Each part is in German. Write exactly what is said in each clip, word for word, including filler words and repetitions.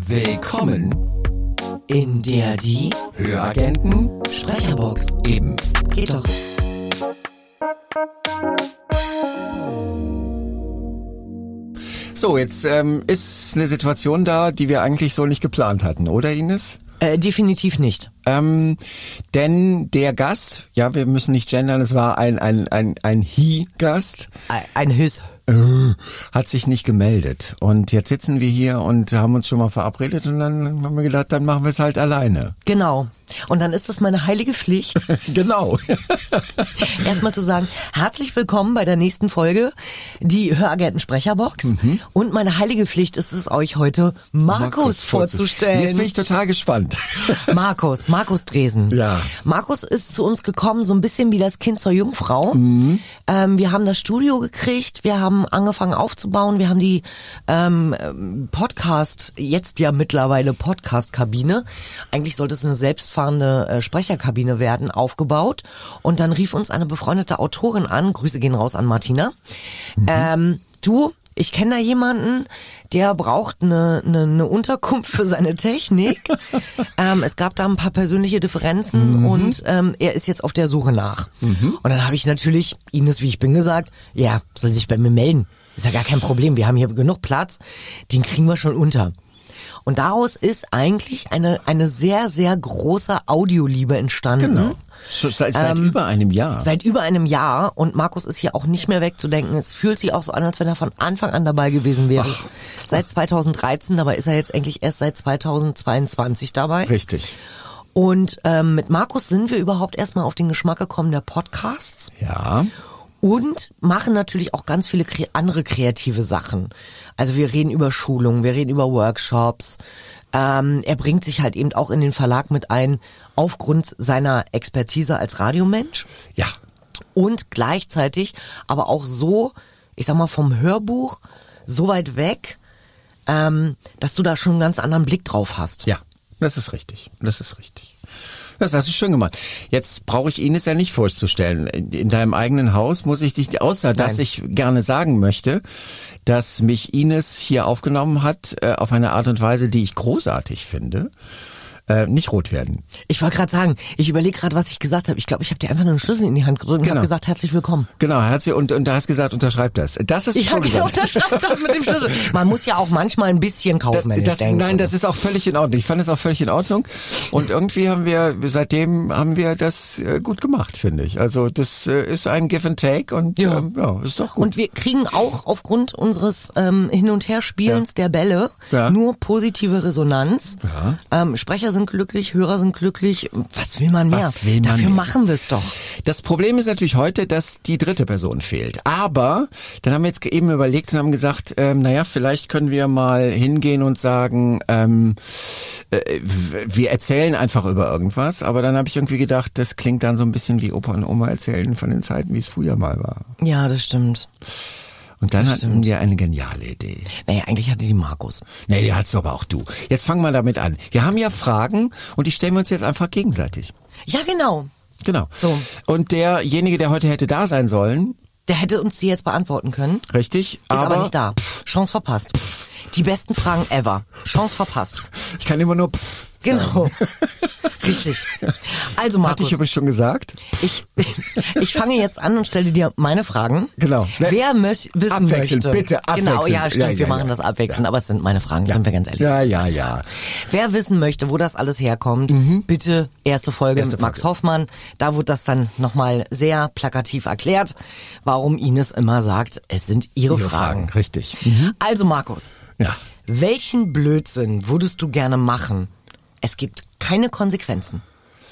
Willkommen in der die Höragenten Sprecherbox. Eben. Geht doch. So, jetzt ähm, ist eine Situation da, die wir eigentlich so nicht geplant hatten, oder Ines? Äh, definitiv nicht. Ähm, denn der Gast, ja, wir müssen nicht gendern, es war ein ein ein ein He-Gast. Ein, ein Hüss. Hat sich nicht gemeldet. Und jetzt sitzen wir hier und haben uns schon mal verabredet und dann haben wir gedacht, dann machen wir es halt alleine. Genau. Und dann ist es meine heilige Pflicht, Genau. erstmal zu sagen, herzlich willkommen bei der nächsten Folge, die Höragenten-Sprecherbox. Mhm. Und meine heilige Pflicht ist es, euch heute Markus, Markus vorzustellen. Jetzt bin ich total gespannt. Markus, Markus Dresen. Ja. Markus ist zu uns gekommen, so ein bisschen wie das Kind zur Jungfrau. Mhm. Ähm, wir haben das Studio gekriegt, wir haben angefangen aufzubauen, wir haben die ähm, Podcast, jetzt ja mittlerweile Podcast-Kabine, eigentlich sollte es eine selbstfahrende äh, Sprecherkabine werden, aufgebaut. Und dann rief uns eine befreundete Autorin an, Grüße gehen raus an Martina, mhm. ähm, du, ich kenne da jemanden, der braucht eine, eine, eine Unterkunft für seine Technik. ähm, es gab da ein paar persönliche Differenzen mhm. und ähm, er ist jetzt auf der Suche nach. Mhm. Und dann habe ich natürlich, Ines, wie ich bin, gesagt, ja, soll sich bei mir melden. Ist ja gar kein Problem, wir haben hier genug Platz, den kriegen wir schon unter. Und daraus ist eigentlich eine eine sehr, sehr große Audioliebe entstanden. Genau. Seit, seit ähm, über einem Jahr. Seit über einem Jahr. Und Markus ist hier auch nicht mehr wegzudenken. Es fühlt sich auch so an, als wenn er von Anfang an dabei gewesen wäre. Ach. Seit zweitausenddreizehn, dabei ist er jetzt eigentlich erst seit zweitausendzweiundzwanzig dabei. Richtig. Und ähm, mit Markus sind wir überhaupt erstmal auf den Geschmack gekommen der Podcasts. Ja. Und machen natürlich auch ganz viele kre- andere kreative Sachen. Also wir reden über Schulungen, wir reden über Workshops. Ähm, er bringt sich halt eben auch in den Verlag mit ein, aufgrund seiner Expertise als Radiomensch. Ja. Und gleichzeitig aber auch so, ich sag mal, vom Hörbuch so weit weg, ähm, dass du da schon einen ganz anderen Blick drauf hast. Ja, das ist richtig. Das ist richtig. Das hast du schön gemacht. Jetzt brauche ich Ines ja nicht vorzustellen. In deinem eigenen Haus muss ich dich, außer Nein. dass ich gerne sagen möchte, dass mich Ines hier aufgenommen hat, äh, auf eine Art und Weise, die ich großartig finde. Äh, nicht rot werden. Ich wollte gerade sagen, ich überlege gerade, was ich gesagt habe. Ich glaube, ich habe dir einfach nur einen Schlüssel in die Hand gedrückt und genau. habe gesagt, herzlich willkommen. Genau, herzlich und, und da hast gesagt, unterschreib das. Das ist ich schon gesagt. Ich unterschreib das mit dem Schlüssel. Man muss ja auch manchmal ein bisschen kaufmännisch das, das, denken. Nein, das ist auch völlig in Ordnung. Ich fand es auch völlig in Ordnung. Und irgendwie haben wir, seitdem haben wir das äh, gut gemacht, finde ich. Also das äh, ist ein Give and Take und ja. Ähm, ja, ist doch gut. Und wir kriegen auch aufgrund unseres ähm, Hin- und Herspielens ja. der Bälle ja. nur positive Resonanz. Ja. Ähm, Sprecher sind glücklich, Hörer sind glücklich. Was will man mehr? Was will man Dafür mehr? machen wir es doch. Das Problem ist natürlich heute, dass die dritte Person fehlt. Aber dann haben wir jetzt eben überlegt und haben gesagt, ähm, naja, vielleicht können wir mal hingehen und sagen, ähm, äh, wir erzählen einfach über irgendwas. Aber dann habe ich irgendwie gedacht, das klingt dann so ein bisschen wie Opa und Oma erzählen von den Zeiten, wie es früher mal war. Ja, das stimmt. Und dann das hatten stimmt. wir eine geniale Idee. Naja, eigentlich hatte die Markus. Nee, die hattest aber auch du. Jetzt fangen wir damit an. Wir haben ja Fragen und die stellen wir uns jetzt einfach gegenseitig. Ja, genau. Genau. So. Und derjenige, der heute hätte da sein sollen, der hätte uns die jetzt beantworten können. Richtig. Ist aber, aber nicht da. Chance verpasst. Die besten Fragen ever. Chance verpasst. Ich kann immer nur pff Genau. Richtig. Also Markus. Hatte ich übrigens schon gesagt. Ich, ich fange jetzt an und stelle dir meine Fragen. Genau. Wer möch, wissen abwechselnd, möchte. bitte abwechselnd. Genau, ja, stimmt, ja, ja, wir machen ja. das abwechselnd, ja. aber es sind meine Fragen, ja. sind wir ganz ehrlich. Ja, ja, ja. Wer wissen möchte, wo das alles herkommt, mhm. bitte erste Folge erste mit Max Folge. Hoffmann. Da wird das dann nochmal sehr plakativ erklärt, warum Ines immer sagt, es sind ihre, ihre Fragen. Fragen. Richtig. Mhm. Also Markus, ja. welchen Blödsinn würdest du gerne machen? Es gibt keine Konsequenzen.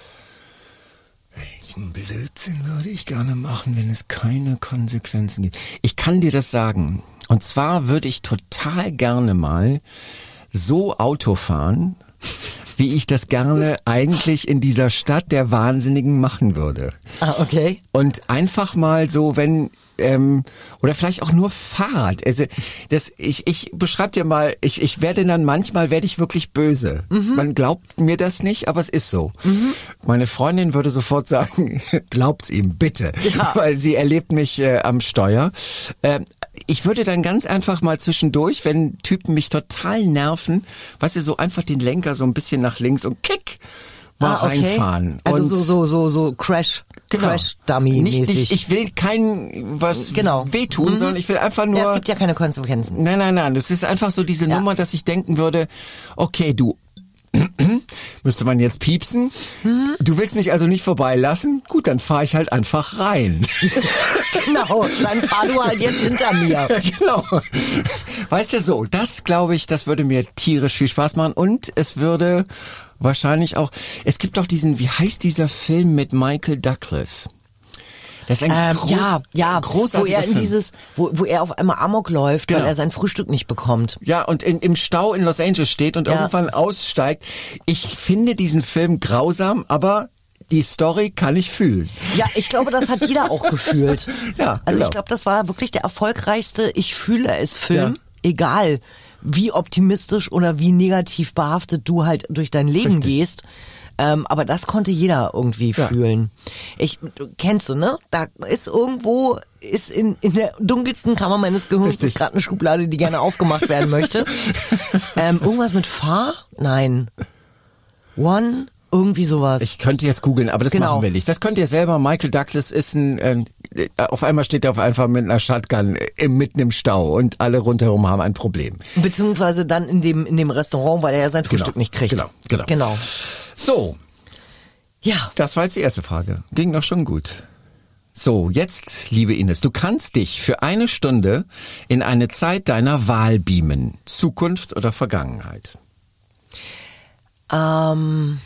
Welchen Blödsinn würde ich gerne machen, wenn es keine Konsequenzen gibt? Ich kann dir das sagen. Und zwar würde ich total gerne mal so Auto fahren, wie ich das gerne eigentlich in dieser Stadt der Wahnsinnigen machen würde. Ah, okay. Und einfach mal so, wenn ähm, oder vielleicht auch nur Fahrrad. Also das, ich, ich beschreib dir mal, ich, ich werde dann manchmal werde ich wirklich böse. Mhm. Man glaubt mir das nicht, aber es ist so. Mhm. Meine Freundin würde sofort sagen, glaubt's ihm bitte, ja. Weil sie erlebt mich äh, am Steuer. Äh, ich würde dann ganz einfach mal zwischendurch, wenn Typen mich total nerven, weißt du, so einfach den Lenker so ein bisschen nach links und kick mal ah, okay. reinfahren. Also und so so so so Crash genau. Crash Dummy nicht, mäßig. nicht, ich will kein was genau. wehtun, mhm. sondern ich will einfach nur. Ja, es gibt ja keine Konsequenzen. Nein, nein, nein. Das ist einfach so diese ja. Nummer, dass ich denken würde, okay, du müsste man jetzt piepsen. Mhm. Du willst mich also nicht vorbeilassen? Gut, dann fahre ich halt einfach rein. Genau, dann fahr du halt jetzt hinter mir. Ja, genau. Weißt du, so, das glaube ich, das würde mir tierisch viel Spaß machen und es würde wahrscheinlich auch, es gibt doch diesen, wie heißt dieser Film mit Michael Douglas? Das ist ein ähm, groß, ja, ja, großartiger wo er in Film. dieses, wo, wo er auf einmal Amok läuft, genau. weil er sein Frühstück nicht bekommt. Ja, und in, im Stau in Los Angeles steht und ja. irgendwann aussteigt. Ich finde diesen Film grausam, aber die Story kann ich fühlen. Ja, ich glaube, das hat jeder auch gefühlt. Ja, also genau. ich glaube, das war wirklich der erfolgreichste Ich fühle es Film, ja. egal wie optimistisch oder wie negativ behaftet du halt durch dein Leben Richtig. gehst. Ähm, aber das konnte jeder irgendwie ja. fühlen. Ich, kennst du, ne? Da ist irgendwo, ist in, in der dunkelsten Kammer meines Gehirns gerade eine Schublade, die gerne aufgemacht werden möchte. ähm, irgendwas mit Fahr? Nein. One? Irgendwie sowas. Ich könnte jetzt googeln, aber das genau. machen wir nicht. Das könnt ihr selber. Michael Douglas ist ein, äh, auf einmal steht er auf einfach mit einer Shotgun im, mitten im Stau und alle rundherum haben ein Problem. Beziehungsweise dann in dem, in dem Restaurant, weil er ja sein Frühstück genau. nicht kriegt. Genau, genau. Genau. So. Ja. Das war jetzt die erste Frage. Ging doch schon gut. So, jetzt, liebe Ines, du kannst dich für eine Stunde in eine Zeit deiner Wahl beamen. Zukunft oder Vergangenheit? Ähm,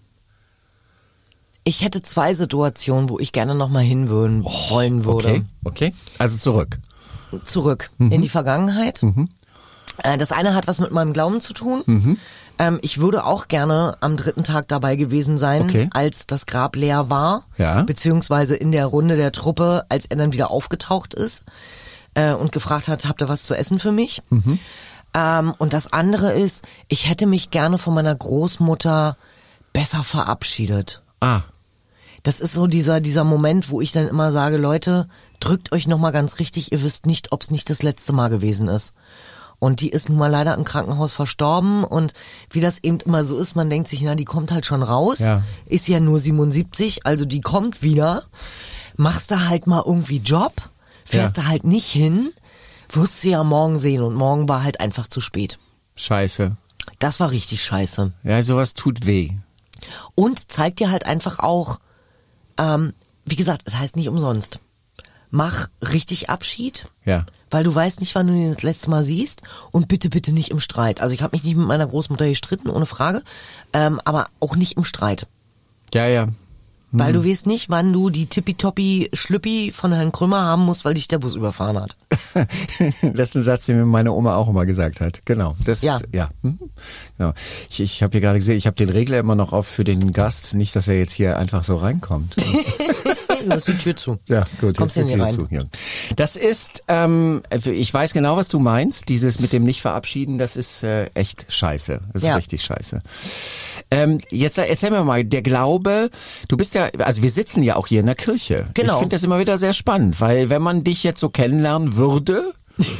ich hätte zwei Situationen, wo ich gerne nochmal hin würden, oh, wollen würde. Okay, okay. Also zurück. Zurück mhm. in die Vergangenheit. Mhm. Das eine hat was mit meinem Glauben zu tun. Mhm. Ähm, ich würde auch gerne am dritten Tag dabei gewesen sein, okay. als das Grab leer war, ja. beziehungsweise in der Runde der Truppe, als er dann wieder aufgetaucht ist äh, und gefragt hat, habt ihr was zu essen für mich? Mhm. Ähm, und das andere ist, ich hätte mich gerne von meiner Großmutter besser verabschiedet. Ah. Das ist so dieser dieser Moment, wo ich dann immer sage, Leute, drückt euch nochmal ganz richtig, ihr wisst nicht, ob es nicht das letzte Mal gewesen ist. Und die ist nun mal leider im Krankenhaus verstorben und wie das eben immer so ist, man denkt sich, na, die kommt halt schon raus, ja. ist ja nur siebenundsiebzig, also die kommt wieder, machst da halt mal irgendwie Job, fährst ja. da halt nicht hin, wirst sie ja morgen sehen und morgen war halt einfach zu spät. Scheiße. Das war richtig scheiße. Ja, sowas tut weh. Und zeigt dir halt einfach auch, ähm, wie gesagt, es heißt nicht umsonst, mach richtig Abschied. Ja. Weil du weißt nicht, wann du ihn das letzte Mal siehst und bitte, bitte nicht im Streit. Also ich habe mich nicht mit meiner Großmutter gestritten, ohne Frage, ähm, aber auch nicht im Streit. Ja, ja. Hm. Weil du weißt nicht, wann du die Tippitoppi-Schlüppi von Herrn Krümmer haben musst, weil dich der Bus überfahren hat. Das ist ein Satz, den mir meine Oma auch immer gesagt hat. Genau. Das, ja. ja. Mhm. Genau. Ich, ich habe hier gerade gesehen, ich habe den Regler immer noch auf für den Gast. Nicht, dass er jetzt hier einfach so reinkommt. Du hast die Tür zu. Ja, gut, kommst jetzt du die hier Tür rein. zu. Ja. Das ist, ähm, ich weiß genau, was du meinst. Dieses mit dem Nicht-Verabschieden, das ist äh, echt scheiße. Das ist ja. richtig scheiße. Ähm, jetzt erzähl mir mal, der Glaube, du bist ja, also wir sitzen ja auch hier in der Kirche. Genau. Ich finde das immer wieder sehr spannend, weil wenn man dich jetzt so kennenlernen würde,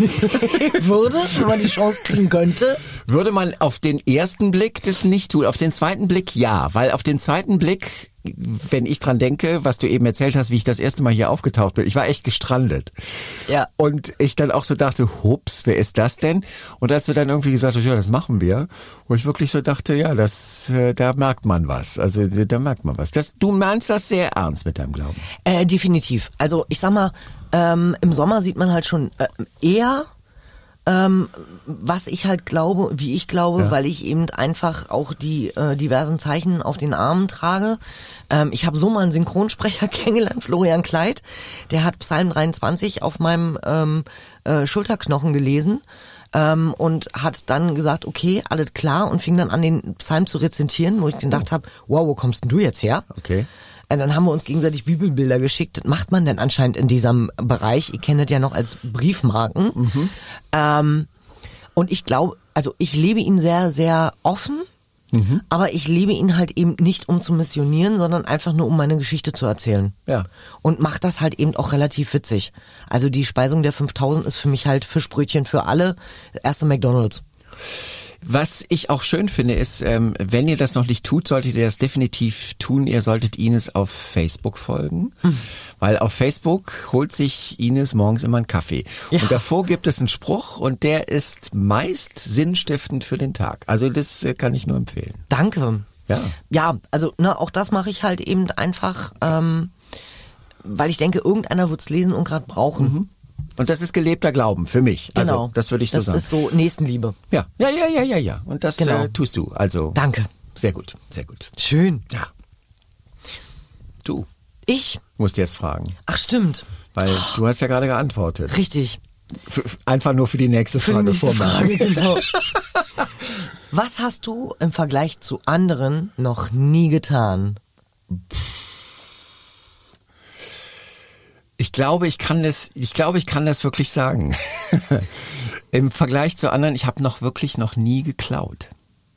würde, wenn man die Chance kriegen könnte, würde man auf den ersten Blick das nicht tun, auf den zweiten Blick ja, weil auf den zweiten Blick, wenn ich dran denke, was du eben erzählt hast, wie ich das erste Mal hier aufgetaucht bin, ich war echt gestrandet. Ja. Und ich dann auch so dachte, hups, wer ist das denn? Und als du dann irgendwie gesagt hast, ja, das machen wir, wo ich wirklich so dachte, ja, das, äh, da merkt man was, also da merkt man was. Das, du meinst das sehr ernst mit deinem Glauben? Äh, definitiv. Also ich sag mal, ähm, im Sommer sieht man halt schon äh, eher, ähm, was ich halt glaube, wie ich glaube, ja. weil ich eben einfach auch die äh, diversen Zeichen auf den Armen trage. Ähm, ich habe so mal einen Synchronsprecher kennengelernt, Florian Kleid, der hat Psalm dreiundzwanzig auf meinem ähm, äh, Schulterknochen gelesen. Ähm, und hat dann gesagt, okay, alles klar, und fing dann an, den Psalm zu rezitieren, wo ich gedacht habe, wow, wo kommst denn du jetzt her? Okay. Und dann haben wir uns gegenseitig Bibelbilder geschickt. Das macht man denn anscheinend in diesem Bereich. Ihr kennt das ja noch als Briefmarken. Mhm. Ähm, und ich glaube, also ich lebe ihn sehr, sehr offen Mhm. Aber ich liebe ihn halt eben nicht, um zu missionieren, sondern einfach nur, um meine Geschichte zu erzählen. Ja. Und macht das halt eben auch relativ witzig. Also die Speisung der fünftausend ist für mich halt Fischbrötchen für alle. Erste McDonald's. Was ich auch schön finde, ist, ähm, wenn ihr das noch nicht tut, solltet ihr das definitiv tun. Ihr solltet Ines auf Facebook folgen, mhm. weil auf Facebook holt sich Ines morgens immer einen Kaffee. Ja. Und davor gibt es einen Spruch und der ist meist sinnstiftend für den Tag. Also das äh, kann ich nur empfehlen. Danke. Ja, ja, also ne, auch das mache ich halt eben einfach, ähm, weil ich denke, irgendeiner wird's lesen und gerade brauchen. Mhm. Und das ist gelebter Glauben für mich. Genau. Also, das würde ich so das sagen. Das ist so Nächstenliebe. Ja, ja, ja, ja, ja, ja. Und das genau. äh, tust du. Also. Danke. Sehr gut, sehr gut. Schön. Ja. Du. Ich? Musst jetzt fragen. Ach, stimmt. Weil oh. du hast ja gerade geantwortet. Richtig. F- einfach nur für die nächste für Frage. Die nächste Frage, genau. Was hast du im Vergleich zu anderen noch nie getan? Ich glaube, ich kann das, ich glaube, ich kann das wirklich sagen. Im Vergleich zu anderen, ich habe noch wirklich noch nie geklaut.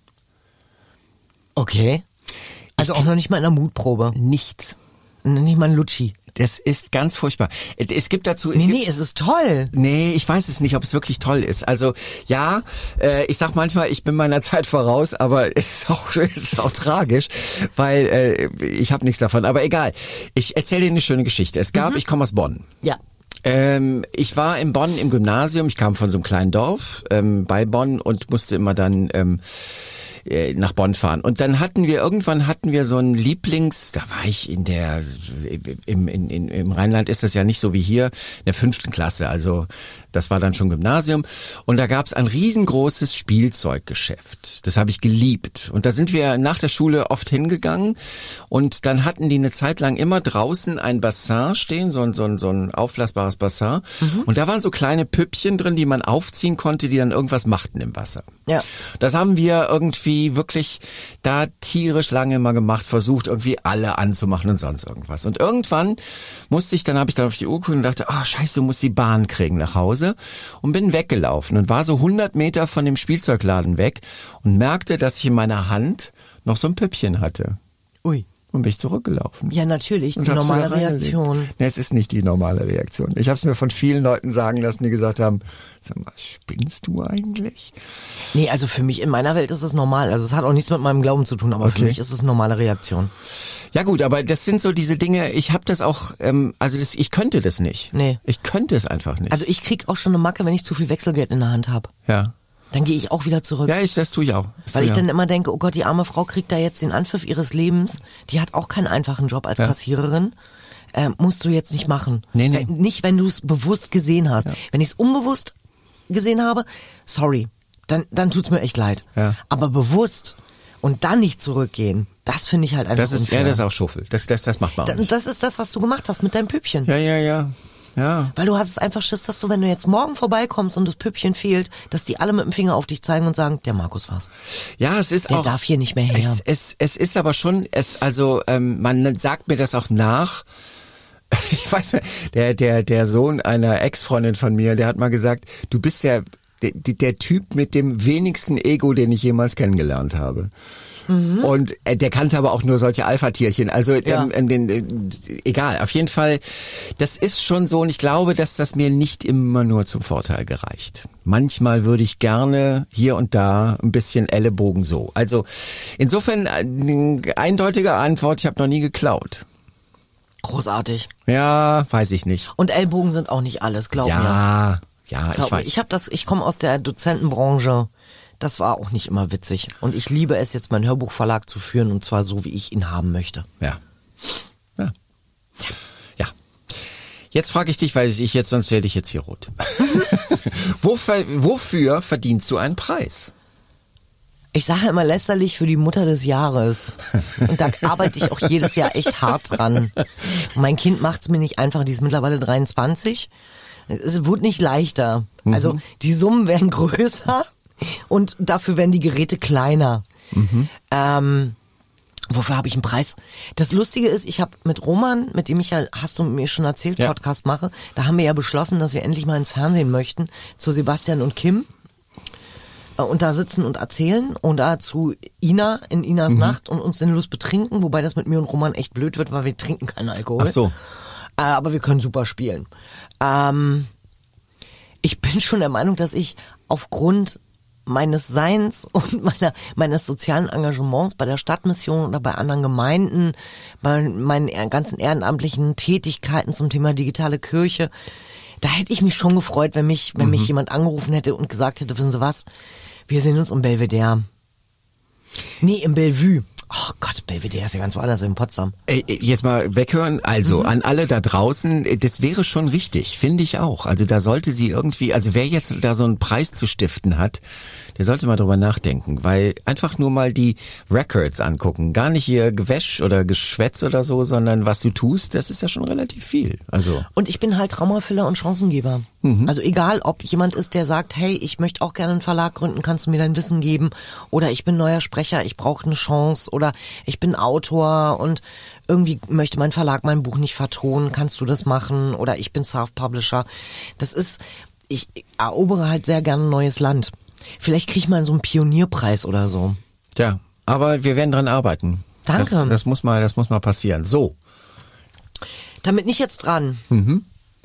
Okay. Also ich auch noch nicht mal in einer Mutprobe. Nichts. Nicht mal ein Lutschi. Das ist ganz furchtbar. Es gibt dazu... Es nee, gibt, nee, es ist toll. Nee, ich weiß es nicht, ob es wirklich toll ist. Also ja, äh, ich sag manchmal, ich bin meiner Zeit voraus, aber es ist auch, es ist auch tragisch, weil äh, ich habe nichts davon. Aber egal, ich erzähle dir eine schöne Geschichte. Es gab, mhm. ich komme aus Bonn. Ja. Ähm, ich war in Bonn im Gymnasium, ich kam von so einem kleinen Dorf ähm, bei Bonn und musste immer dann... Ähm, nach Bonn fahren. Und dann hatten wir, irgendwann hatten wir so einen Lieblings, da war ich in der, im, in, in, im Rheinland ist das ja nicht so wie hier, in der fünften Klasse, also das war dann schon Gymnasium. Und da gab es ein riesengroßes Spielzeuggeschäft. Das habe ich geliebt. Und da sind wir nach der Schule oft hingegangen und dann hatten die eine Zeit lang immer draußen ein Bassin stehen, so ein, so ein, so ein aufblasbares Bassin. Mhm. Und da waren so kleine Püppchen drin, die man aufziehen konnte, die dann irgendwas machten im Wasser. Ja. Das haben wir irgendwie wirklich da tierisch lange mal gemacht, versucht irgendwie alle anzumachen und sonst irgendwas. Und irgendwann musste ich, dann habe ich dann auf die Uhr geguckt und dachte, ah, oh, scheiße, du musst die Bahn kriegen nach Hause und bin weggelaufen und war so hundert Meter von dem Spielzeugladen weg und merkte, dass ich in meiner Hand noch so ein Püppchen hatte. Ui. Und bin ich zurückgelaufen. Ja, natürlich, die normale Reaktion. Nee, es ist nicht die normale Reaktion. Ich habe es mir von vielen Leuten sagen lassen, die gesagt haben, sag mal, spinnst du eigentlich? Nee, also für mich in meiner Welt ist es normal. Also es hat auch nichts mit meinem Glauben zu tun, aber okay. Für mich ist es eine normale Reaktion. Ja gut, aber das sind so diese Dinge, ich habe das auch, ähm, also das, ich könnte das nicht. Nee. Ich könnte es einfach nicht. Also ich krieg auch schon eine Macke, wenn ich zu viel Wechselgeld in der Hand habe. Ja. Dann gehe ich auch wieder zurück. Ja, ich, das tue ich auch. Das Weil ich auch. dann immer denke, oh Gott, die arme Frau kriegt da jetzt den Anpfiff ihres Lebens. Die hat auch keinen einfachen Job als ja. Kassiererin. Ähm, musst du jetzt nicht machen. Nee, nee. Wenn, nicht, wenn du es bewusst gesehen hast. Ja. Wenn ich es unbewusst gesehen habe, sorry, dann, dann tut's mir echt leid. Ja. Aber bewusst und dann nicht zurückgehen, das finde ich halt einfach das ist, unfair. Ja, das ist auch Schuffel. Das, das, das macht man auch das, nicht. Das ist das, was du gemacht hast mit deinem Püppchen. Ja, ja, ja. Ja. Weil du hattest einfach Schiss, dass du, wenn du jetzt morgen vorbeikommst und das Püppchen fehlt, dass die alle mit dem Finger auf dich zeigen und sagen, der Markus war's. Ja, es ist der auch. Der darf hier nicht mehr her. Es, es, es ist aber schon, es, also, ähm, man sagt mir das auch nach. Ich weiß, der, der, der Sohn einer Ex-Freundin von mir, der hat mal gesagt, du bist ja der, der Typ mit dem wenigsten Ego, den ich jemals kennengelernt habe. Mhm. Und äh, der kannte aber auch nur solche Alpha-Tierchen. Also ja. ähm, ähm, den, äh, egal, auf jeden Fall, das ist schon so und ich glaube, dass das mir nicht immer nur zum Vorteil gereicht. Manchmal würde ich gerne hier und da ein bisschen Ellenbogen so. Also insofern äh, eindeutige Antwort, ich habe noch nie geklaut. Großartig. Ja, weiß ich nicht. Und Ellbogen sind auch nicht alles, glaub ja, mir. Ja, ja, ich weiß. Ich habe das, ich komme aus der Dozentenbranche. Das war auch nicht immer witzig. Und ich liebe es jetzt, meinen Hörbuchverlag zu führen und zwar so, wie ich ihn haben möchte. Ja. Ja. Ja. Jetzt frage ich dich, weil ich jetzt, sonst werde ich jetzt hier rot. wofür, wofür verdienst du einen Preis? Ich sage immer lästerlich für die Mutter des Jahres. Und da arbeite ich auch jedes Jahr echt hart dran. Und mein Kind macht's mir nicht einfach, die ist mittlerweile dreiundzwanzig. Es wird nicht leichter. Mhm. Also die Summen werden größer. Und dafür werden die Geräte kleiner. Mhm. Ähm, wofür habe ich einen Preis? Das Lustige ist, ich habe mit Roman, mit dem ich ja, hast du mir schon erzählt, ja. Podcast mache, da haben wir ja beschlossen, dass wir endlich mal ins Fernsehen möchten, zu Sebastian und Kim. und da sitzen und erzählen und da zu Ina in Inas mhm. Nacht und uns sinnlos betrinken, wobei das mit mir und Roman echt blöd wird, weil wir trinken keinen Alkohol. Ach so. Äh, aber wir können super spielen. Ähm, ich bin schon der Meinung, dass ich aufgrund meines Seins und meiner meines sozialen Engagements bei der Stadtmission oder bei anderen Gemeinden, bei meinen ganzen ehrenamtlichen Tätigkeiten zum Thema digitale Kirche, da hätte ich mich schon gefreut, wenn mich, wenn mhm. mich jemand angerufen hätte und gesagt hätte, wissen Sie was, wir sehen uns im Belvedere. Nee, im Bellevue. Oh Gott, Belvedere ist ja ganz woanders in Potsdam. Ey, jetzt mal weghören. Also, mhm. an alle da draußen, das wäre schon richtig, finde ich auch. Also da sollte sie irgendwie, also wer jetzt da so einen Preis zu stiften hat, der sollte mal drüber nachdenken, weil einfach nur mal die Records angucken. Gar nicht ihr Gewäsch oder Geschwätz oder so, sondern was du tust, das ist ja schon relativ viel. Also. Und ich bin halt Traumerfüller und Chancengeber. Mhm. Also egal, ob jemand ist, der sagt, hey, ich möchte auch gerne einen Verlag gründen, kannst du mir dein Wissen geben? Oder ich bin neuer Sprecher, ich brauche eine Chance. Oder ich bin Autor und irgendwie möchte mein Verlag mein Buch nicht vertonen, kannst du das machen? Oder ich bin Self-Publisher. Das ist, ich erobere halt sehr gerne ein neues Land. Vielleicht kriege ich mal so einen Pionierpreis oder so. Ja, aber wir werden dran arbeiten. Danke. Das, das muss mal, das muss mal passieren. So. Damit nicht jetzt dran. Mhm.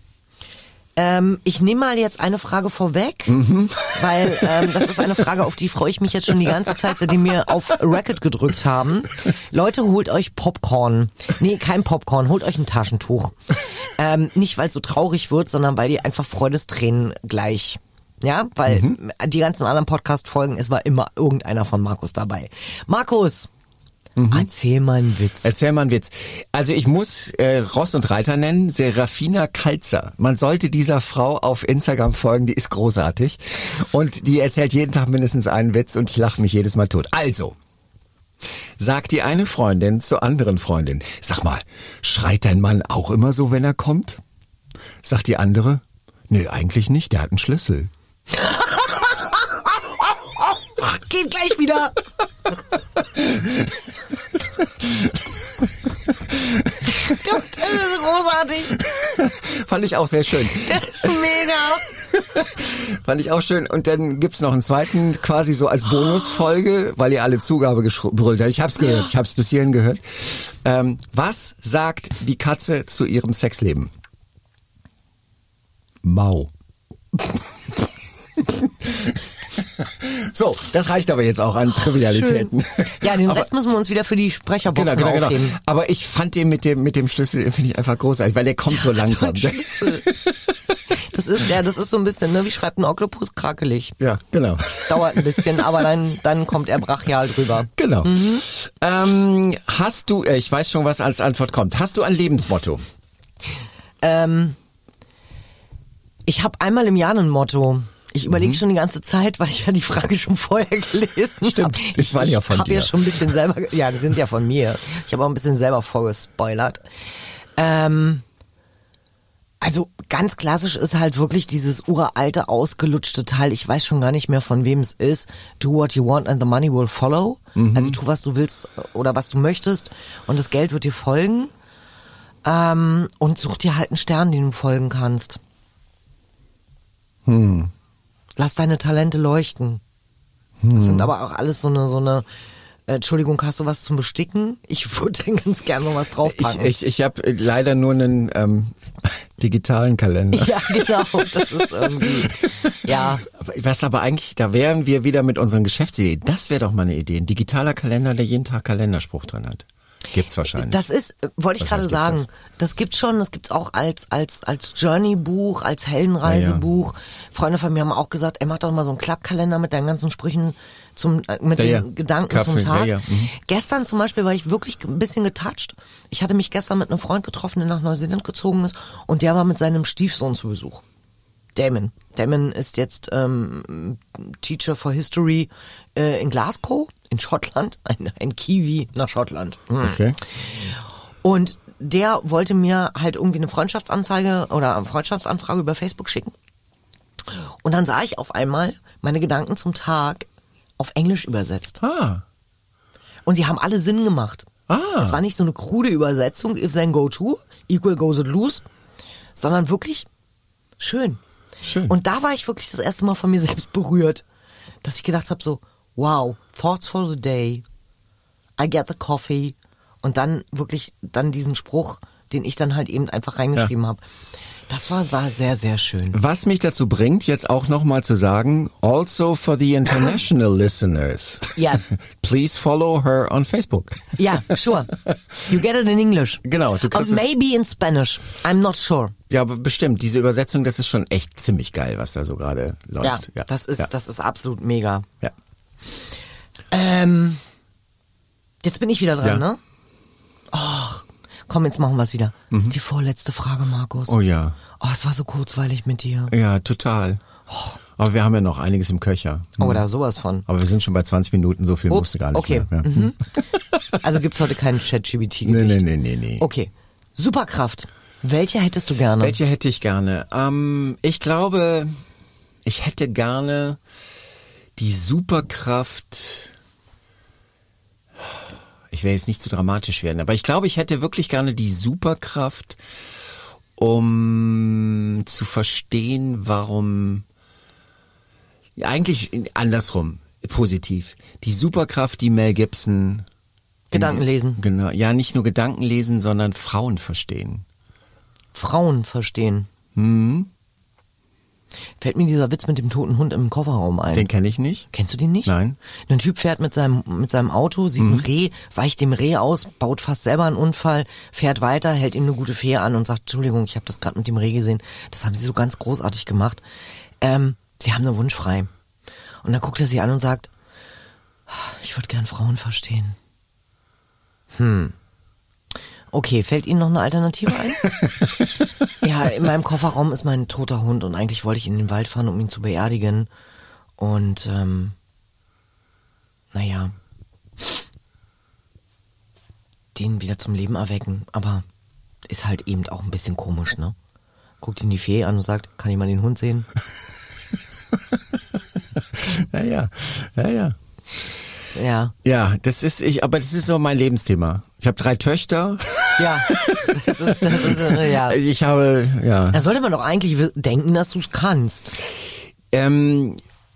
Ähm, ich nehme mal jetzt eine Frage vorweg, mhm. weil ähm, das ist eine Frage, auf die freue ich mich jetzt schon die ganze Zeit, seitdem wir auf Record gedrückt haben. Leute, holt euch Popcorn. Nee, kein Popcorn, holt euch ein Taschentuch. Ähm, nicht, weil es so traurig wird, sondern weil ihr einfach Freudestränen gleich... Ja, weil mhm. die ganzen anderen Podcast-Folgen, es war immer irgendeiner von Markus dabei. Markus, mhm. erzähl mal einen Witz. Erzähl mal einen Witz. Also ich muss äh, Ross und Reiter nennen, Serafina Kalzer. Man sollte dieser Frau auf Instagram folgen, die ist großartig. Und die erzählt jeden Tag mindestens einen Witz und ich lache mich jedes Mal tot. Also, sagt die eine Freundin zur anderen Freundin, sag mal, schreit dein Mann auch immer so, wenn er kommt? Sagt die andere, nö, eigentlich nicht, der hat einen Schlüssel. Geht gleich wieder. Das ist großartig. Fand ich auch sehr schön. Das ist mega. Fand ich auch schön. Und dann gibt's noch einen zweiten, quasi so als Bonusfolge, weil ihr alle Zugabe gebrüllt habt. Ich hab's gehört, ich hab's bis hierhin gehört. Ähm, was sagt die Katze zu ihrem Sexleben? Mau. So, das reicht aber jetzt auch an Trivialitäten. Schön. Ja, den aber, Rest müssen wir uns wieder für die Sprecherboxen genau, genau, aufheben. Genau. Aber ich fand den mit dem mit dem Schlüssel finde ich einfach großartig, weil der kommt ja, so langsam. Das ist ja, das ist so ein bisschen, ne, wie schreibt ein Oktopus, krakelig. Ja, genau. Dauert ein bisschen, aber dann dann kommt er brachial drüber. Genau. Mhm. Ähm, hast du, ich weiß schon, was als Antwort kommt. Hast du ein Lebensmotto? Ähm, ich habe einmal im Jahr ein Motto. Ich überlege mhm. schon die ganze Zeit, weil ich ja die Frage schon vorher gelesen habe. Stimmt, das war ja von hab dir. Ich habe ja schon ein bisschen selber, ja, die sind ja von mir. Ich habe auch ein bisschen selber vorgespoilert. Ähm, also ganz klassisch ist halt wirklich dieses uralte, ausgelutschte Teil. Ich weiß schon gar nicht mehr, von wem es ist. Do what you want and the money will follow. Mhm. Also tu, was du willst oder was du möchtest und das Geld wird dir folgen. Ähm, und such dir halt einen Stern, den du folgen kannst. Hm. Lass deine Talente leuchten. Das hm. sind aber auch alles so eine, so eine, äh, Entschuldigung, hast du was zum Besticken? Ich würde dann ganz gerne noch was draufpacken. Ich, ich, ich habe leider nur einen ähm, digitalen Kalender. Ja, genau, das ist irgendwie, ja. Was aber eigentlich, da wären wir wieder mit unseren Geschäftsideen. Das wäre doch mal eine Idee. Ein digitaler Kalender, der jeden Tag Kalenderspruch drin hat. Gibt's wahrscheinlich. Das ist, wollte ich gerade sagen, das. das gibt's schon, das gibt's auch als als als Journey-Buch, als Heldenreisebuch. Ja, ja. Freunde von mir haben auch gesagt, ey, mach doch mal so einen Klappkalender mit deinen ganzen Sprüchen zum mit ja, den ja. Gedanken Kaffee, zum Tag. Ja, ja. Mhm. Gestern zum Beispiel war ich wirklich ein bisschen getoucht. Ich hatte mich gestern mit einem Freund getroffen, der nach Neuseeland gezogen ist und der war mit seinem Stiefsohn zu Besuch. Damon. Damon ist jetzt ähm, Teacher for History äh, in Glasgow, in Schottland. Ein, ein Kiwi nach Schottland. Hm. Okay. Und der wollte mir halt irgendwie eine Freundschaftsanzeige oder eine Freundschaftsanfrage über Facebook schicken. Und dann sah ich auf einmal meine Gedanken zum Tag auf Englisch übersetzt. Ah. Und sie haben alle Sinn gemacht. Ah. Es war nicht so eine krude Übersetzung, if then go to, equal goes it lose, sondern wirklich schön. Schön. Und da war ich wirklich das erste Mal von mir selbst berührt. dass ich gedacht habe so, wow, thoughts for the day, I get the coffee und dann wirklich dann diesen Spruch, den ich dann halt eben einfach reingeschrieben ja. habe. Das war, war sehr, sehr schön. Was mich dazu bringt, jetzt auch nochmal zu sagen, also for the international listeners. Ja. Please follow her on Facebook. Ja, sure. You get it in English. Genau. Du Or maybe in Spanish. I'm not sure. Ja, aber bestimmt. Diese Übersetzung, das ist schon echt ziemlich geil, was da so gerade läuft. Ja, ja. das ist, ja. das ist absolut mega. Ja. Ähm, jetzt bin ich wieder dran, ja. ne? Ach. Komm, jetzt machen wir es wieder. Das ist die vorletzte Frage, Markus. Oh ja. Oh, es war so kurzweilig mit dir. Ja, total. Oh. Aber wir haben ja noch einiges im Köcher. Oh, da sowas von. Aber wir sind schon bei zwanzig Minuten, so viel Ups, musste gar nicht okay. mehr. Ja. Mhm. Also gibt's heute keinen Chat-G B T-Gedicht? Nee, nee, nee, nee, nee. Okay. Superkraft. Welche hättest du gerne? Welche hätte ich gerne? Ähm, ich glaube, ich hätte gerne die Superkraft... Ich will jetzt nicht zu dramatisch werden, aber ich glaube, ich hätte wirklich gerne die Superkraft, um zu verstehen, warum, ja, eigentlich andersrum, positiv, die Superkraft, die Mel Gibson... Gedanken lesen. Genau, ja, nicht nur Gedanken lesen, sondern Frauen verstehen. Frauen verstehen. Mhm. Fällt mir dieser Witz mit dem toten Hund im Kofferraum ein. Den kenne ich nicht. Kennst du den nicht? Nein. Ein Typ fährt mit seinem mit seinem Auto, sieht Mhm. ein Reh, weicht dem Reh aus, baut fast selber einen Unfall, fährt weiter, hält ihm eine gute Fähre an und sagt, Entschuldigung, ich habe das gerade mit dem Reh gesehen. Das haben Sie so ganz großartig gemacht. Ähm, Sie haben eine Wunsch frei. Und dann guckt er sie an und sagt, ich würde gern Frauen verstehen. Hm. Okay, fällt Ihnen noch eine Alternative ein? Ja, in meinem Kofferraum ist mein toter Hund und eigentlich wollte ich in den Wald fahren, um ihn zu beerdigen. Und, ähm, naja, den wieder zum Leben erwecken. Aber ist halt eben auch ein bisschen komisch, ne? Guckt ihn die Fee an und sagt, kann ich mal den Hund sehen? Ja, ja, ja, ja. Ja. Ja, das ist ich, aber das ist so mein Lebensthema. Ich habe drei Töchter. Ja, das ist, das ist ja. Ich habe, ja. Da sollte man doch eigentlich denken, dass du es kannst. Ähm,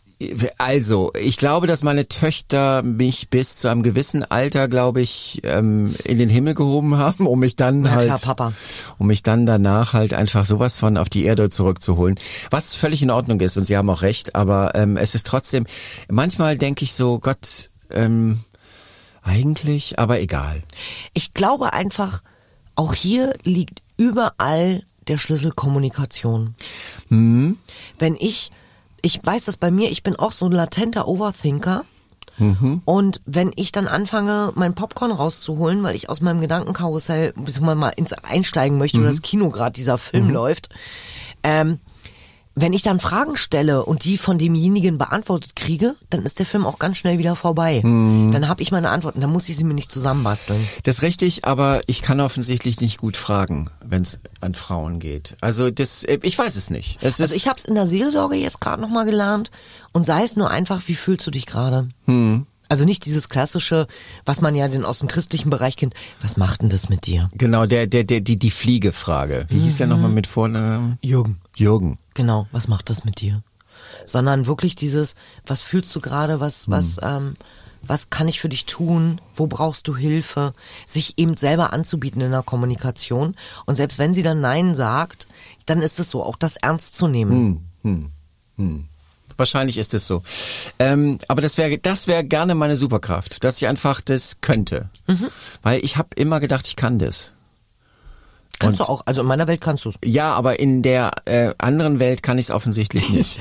also, ich glaube, dass meine Töchter mich bis zu einem gewissen Alter, glaube ich, ähm, in den Himmel gehoben haben, um mich dann Na halt, klar, Papa. um mich dann danach halt einfach sowas von auf die Erde zurückzuholen, was völlig in Ordnung ist und sie haben auch recht, aber ähm, es ist trotzdem, manchmal denke ich so, Gott, ähm, eigentlich, aber egal. Ich glaube einfach, auch hier liegt überall der Schlüssel Kommunikation. Mhm. Wenn ich, ich weiß das bei mir, ich bin auch so ein latenter Overthinker. Mhm. Und wenn ich dann anfange, mein Popcorn rauszuholen, weil ich aus meinem Gedankenkarussell bis man mal ins einsteigen möchte, mhm. oder das Kino gerade dieser Film mhm. läuft, ähm, wenn ich dann Fragen stelle und die von demjenigen beantwortet kriege, dann ist der Film auch ganz schnell wieder vorbei. Hm. Dann habe ich meine Antworten, dann muss ich sie mir nicht zusammenbasteln. Das ist richtig, aber ich kann offensichtlich nicht gut fragen, wenn es an Frauen geht. Also das, ich weiß es nicht. Es also ich habe es in der Seelsorge jetzt gerade nochmal gelernt und sei es nur einfach, wie fühlst du dich gerade? Hm. Also nicht dieses klassische, was man ja den aus dem christlichen Bereich kennt. Was macht denn das mit dir? Genau, der, der, der, die, die Fliege-Frage. Wie mhm. hieß der nochmal mit Vornamen? Jürgen. Jürgen. Genau, was macht das mit dir? Sondern wirklich dieses, was fühlst du gerade, was, mhm. was, ähm, was kann ich für dich tun? Wo brauchst du Hilfe? Sich eben selber anzubieten in der Kommunikation. Und selbst wenn sie dann Nein sagt, dann ist es so, auch das ernst zu nehmen. Hm, hm, hm. Wahrscheinlich ist es so. Ähm, aber das wäre das wäre gerne meine Superkraft, dass ich einfach das könnte. Mhm. Weil ich habe immer gedacht, ich kann das. Kannst Und du auch, also in meiner Welt kannst du es. Ja, aber in der äh, anderen Welt kann ich es offensichtlich nicht.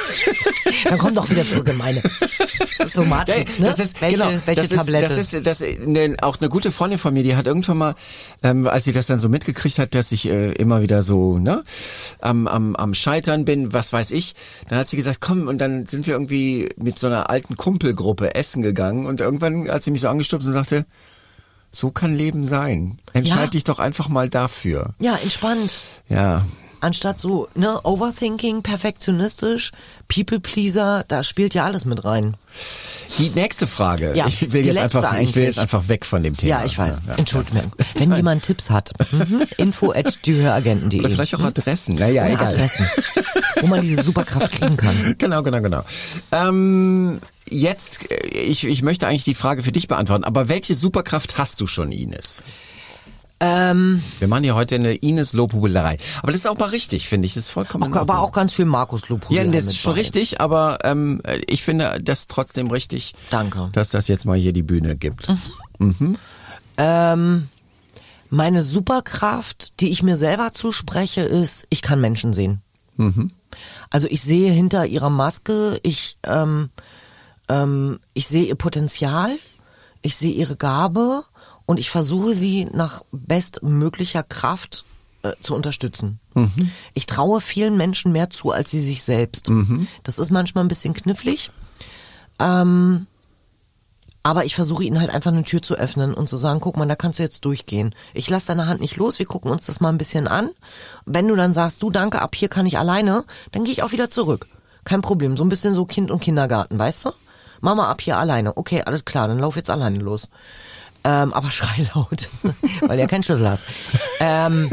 Dann komm doch wieder zurück in meine. Das ist so Matrix, ne? Das ist, welche genau, welche das Tablette? Ist, das ist das ne, auch eine gute Freundin von mir, die hat irgendwann mal, ähm, als sie das dann so mitgekriegt hat, dass ich äh, immer wieder so ne am, am, am Scheitern bin, was weiß ich, dann hat sie gesagt, komm, und dann sind wir irgendwie mit so einer alten Kumpelgruppe essen gegangen und irgendwann, als sie mich so angestupst und sagte, so kann Leben sein. Entscheid ja. dich doch einfach mal dafür. Ja, entspannt. Ja. Anstatt so, ne, Overthinking, perfektionistisch, People-Pleaser, da spielt ja alles mit rein. Die nächste Frage. Ja, ich will die jetzt letzte einfach, ich will eigentlich. jetzt einfach weg von dem Thema. Ja, ich weiß. Ja, ja, Entschuldigung. ja. Wenn jemand Tipps hat, mhm. info at diehöragenten punkt de. Oder vielleicht auch Adressen. Naja, Oder egal. Adressen, wo man diese Superkraft kriegen kann. Genau, genau, genau. Ähm, jetzt, ich, ich möchte eigentlich die Frage für dich beantworten, aber welche Superkraft hast du schon, Ines? Ähm, Wir machen hier heute eine Ines-Lobhudelei. Aber das ist auch mal richtig, finde ich. Das ist vollkommen in auch, aber Ordnung. auch ganz viel Markus Lobhudelei. Ja, das mit ist schon bei. richtig, aber ähm, ich finde das trotzdem richtig, Danke. dass das jetzt mal hier die Bühne gibt. Mhm. Ähm, meine Superkraft, die ich mir selber zuspreche, ist, ich kann Menschen sehen. Mhm. Also ich sehe hinter ihrer Maske, ich, ähm, ähm, ich sehe ihr Potenzial, ich sehe ihre Gabe und ich versuche sie nach bestmöglicher Kraft äh, zu unterstützen. Mhm. Ich traue vielen Menschen mehr zu, als sie sich selbst. Mhm. Das ist manchmal ein bisschen knifflig. Ähm, aber ich versuche ihnen halt einfach eine Tür zu öffnen und zu sagen, guck mal, da kannst du jetzt durchgehen. Ich lasse deine Hand nicht los, wir gucken uns das mal ein bisschen an. Wenn du dann sagst, du danke, ab hier kann ich alleine, dann gehe ich auch wieder zurück. Kein Problem, so ein bisschen so Kind und Kindergarten, weißt du? Mama, ab hier alleine. Okay, alles klar, dann lauf jetzt alleine los. Ähm, aber schrei laut, weil du ja keinen Schlüssel hast. Ähm,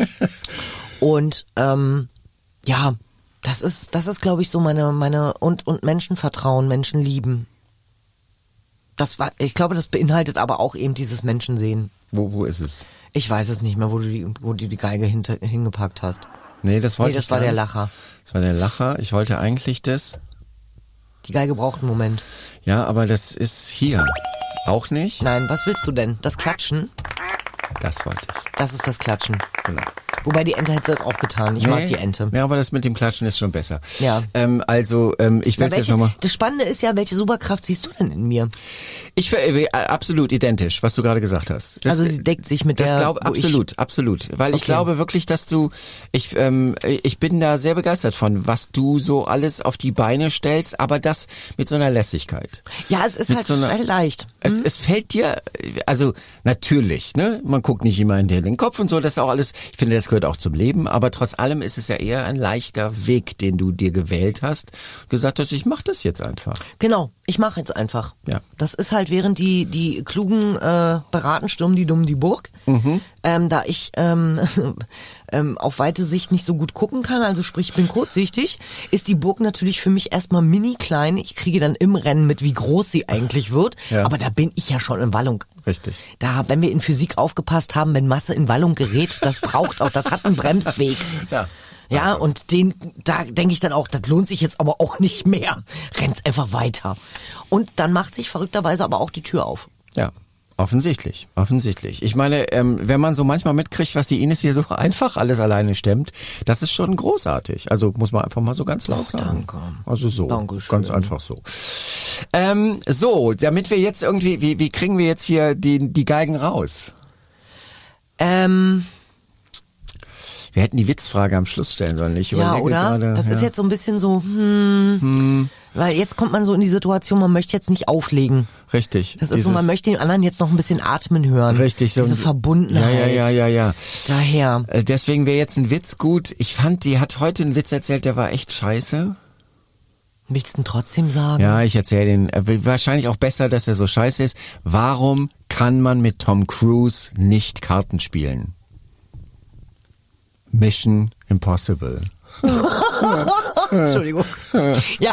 und ähm, ja, das ist, das ist, glaube ich, so meine, meine und und Menschen vertrauen, Menschen lieben. Das war, ich glaube, das beinhaltet aber auch eben dieses Menschensehen. Wo, wo ist es? Ich weiß es nicht mehr, wo du die, wo du die Geige hinter, hingepackt hast. Nee, das wollte nee, das ich war gar der nicht. Lacher. Das war der Lacher. Ich wollte eigentlich das. Die Geige braucht einen Moment. Ja, aber das ist hier. Auch nicht? Nein, was willst du denn? Das Klatschen? Das wollte ich. Das ist das Klatschen. Genau. Wobei die Ente hätte es auch getan. Ich nee, mag die Ente. Ja, aber das mit dem Klatschen ist schon besser. Ja. Ähm, also, ähm, ich will Na, jetzt welche, nochmal. das Spannende ist ja, welche Superkraft siehst du denn in mir? Ich äh, absolut identisch, was du gerade gesagt hast. Das, also sie deckt sich mit das der. glaube absolut, ich, absolut, weil okay. ich glaube wirklich, dass du, ich, ähm, ich bin da sehr begeistert von, was du so alles auf die Beine stellst, aber das mit so einer Lässigkeit. Ja, es ist mit halt so einer, leicht. Es, Hm? es fällt dir, also natürlich, ne, man guckt nicht immer in den Kopf und so, das ist auch alles. Ich finde, das gehört auch zum Leben, aber trotz allem ist es ja eher ein leichter Weg, den du dir gewählt hast, gesagt hast, ich mach das jetzt einfach. Genau, ich mache jetzt einfach. Ja. Das ist halt, während die die klugen äh, beraten, stürmen die Dummen die Burg. Mhm. Ähm, da ich ähm, ähm, auf weite Sicht nicht so gut gucken kann, also sprich, ich bin kurzsichtig, ist die Burg natürlich für mich erstmal mini klein. Ich kriege dann im Rennen mit, wie groß sie eigentlich wird. Ja. Aber da bin ich ja schon in Wallung. Richtig. Da, wenn wir in Physik aufgepasst haben, wenn Masse in Wallung gerät, das braucht auch, das hat einen Bremsweg. Ja. Ja, Also. und den, da denke ich dann auch, das lohnt sich jetzt aber auch nicht mehr. Rennt's einfach weiter. Und dann macht sich verrückterweise aber auch die Tür auf. Ja. Offensichtlich, offensichtlich. Ich meine, ähm, wenn man so manchmal mitkriegt, was die Ines hier so einfach alles alleine stemmt, das ist schon großartig. Also muss man einfach mal so ganz laut Ach, sagen. danke. Also so, Dankeschön. ganz einfach so. Ähm, so, damit wir jetzt irgendwie, wie, wie kriegen wir jetzt hier die, die Geigen raus? Ähm, Wir hätten die Witzfrage am Schluss stellen sollen. Ich ja, überlege oder? gerade. Das ja. ist jetzt so ein bisschen so, hm, hm, weil jetzt kommt man so in die Situation, man möchte jetzt nicht auflegen. Richtig. Das ist so, man möchte den anderen jetzt noch ein bisschen atmen hören. Richtig. So Diese Verbundenheit. Ja, ja, ja, ja, ja. Daher. Äh, Deswegen wäre jetzt ein Witz gut. Ich fand, die hat heute einen Witz erzählt, der war echt scheiße. Willst du ihn trotzdem sagen? Ja, ich erzähle den. Äh, wahrscheinlich auch besser, dass er so scheiße ist. Warum kann man mit Tom Cruise nicht Karten spielen? Mission Impossible. Entschuldigung. Ja.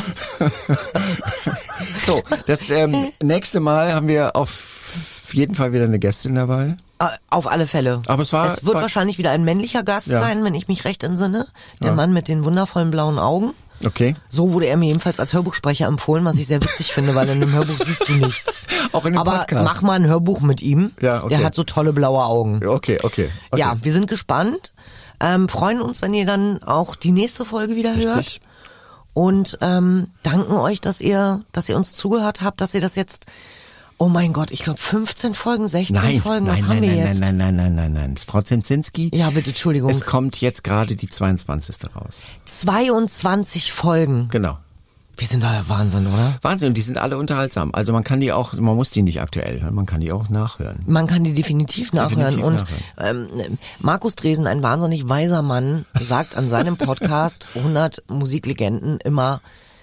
So, das ähm, nächste Mal haben wir auf jeden Fall wieder eine Gästin dabei. Auf alle Fälle. Aber es war- Es wird war- wahrscheinlich wieder ein männlicher Gast Ja. sein, wenn ich mich recht entsinne. Der Ja. Mann mit den wundervollen blauen Augen. Okay. So wurde er mir jedenfalls als Hörbuchsprecher empfohlen, was ich sehr witzig finde, weil in einem Hörbuch siehst du nichts. Auch in dem Aber Podcast. mach mal ein Hörbuch mit ihm. Ja, okay. Der hat so tolle blaue Augen. Okay, okay. okay. Ja, wir sind gespannt. Ähm, freuen uns, wenn ihr dann auch die nächste Folge wieder hört. Richtig. Und ähm, danken euch, dass ihr, dass ihr uns zugehört habt, dass ihr das jetzt, oh mein Gott, ich glaube fünfzehn Folgen, sechzehn Nein, Folgen, nein, was nein, haben wir nein, jetzt? nein, nein, nein, nein, nein. Frau Zemzinski. Ja, bitte, Entschuldigung. Es kommt jetzt gerade die zweiundzwanzigste raus. zweiundzwanzig Folgen. Genau. Wir sind da Wahnsinn, oder? Wahnsinn, und die sind alle unterhaltsam. Also man kann die auch, man muss die nicht aktuell hören, man kann die auch nachhören. Man kann die definitiv nachhören. Definitiv und nachhören. Ähm, Markus Dresen, ein wahnsinnig weiser Mann, sagt an seinem Podcast hundert Musiklegenden immer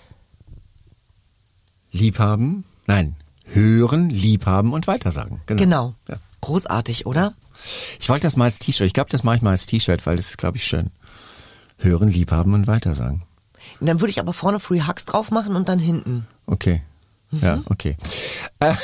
Liebhaben? Nein, hören, liebhaben und weitersagen. Genau. Genau. Ja. Großartig, oder? Ich wollte das mal als T-Shirt, ich glaube, das mache ich mal als T-Shirt, weil das ist, glaube ich, schön. Hören, liebhaben und weitersagen. Und dann würde ich aber vorne Free Hugs drauf machen und dann hinten. Okay. Mhm. Ja, okay. Äh,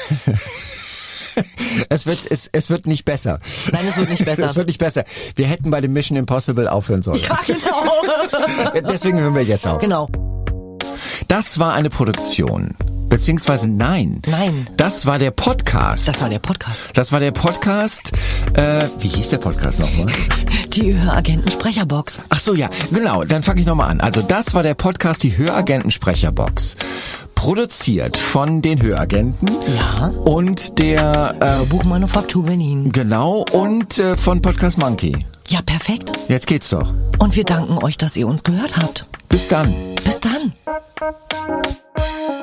es wird, es, es wird nicht besser. Nein, es wird nicht besser. Es wird nicht besser. Wir hätten bei dem Mission Impossible aufhören sollen. Ja, genau. Deswegen hören wir jetzt auf. Genau. Das war eine Produktion. Beziehungsweise nein. Nein. Das war der Podcast. Das war der Podcast. Das war der Podcast. Äh, wie hieß der Podcast nochmal? Die Höragenten-Sprecherbox. Ach so, ja, genau. Dann fange ich nochmal an. Also das war der Podcast, die Höragenten-Sprecherbox. Produziert von den Höragenten. Ja. Und der äh, Buchmanufaktur Berlin. Genau. Und äh, von Podcast Monkey. Ja, perfekt. Jetzt geht's doch. Und wir danken euch, dass ihr uns gehört habt. Bis dann. Bis dann.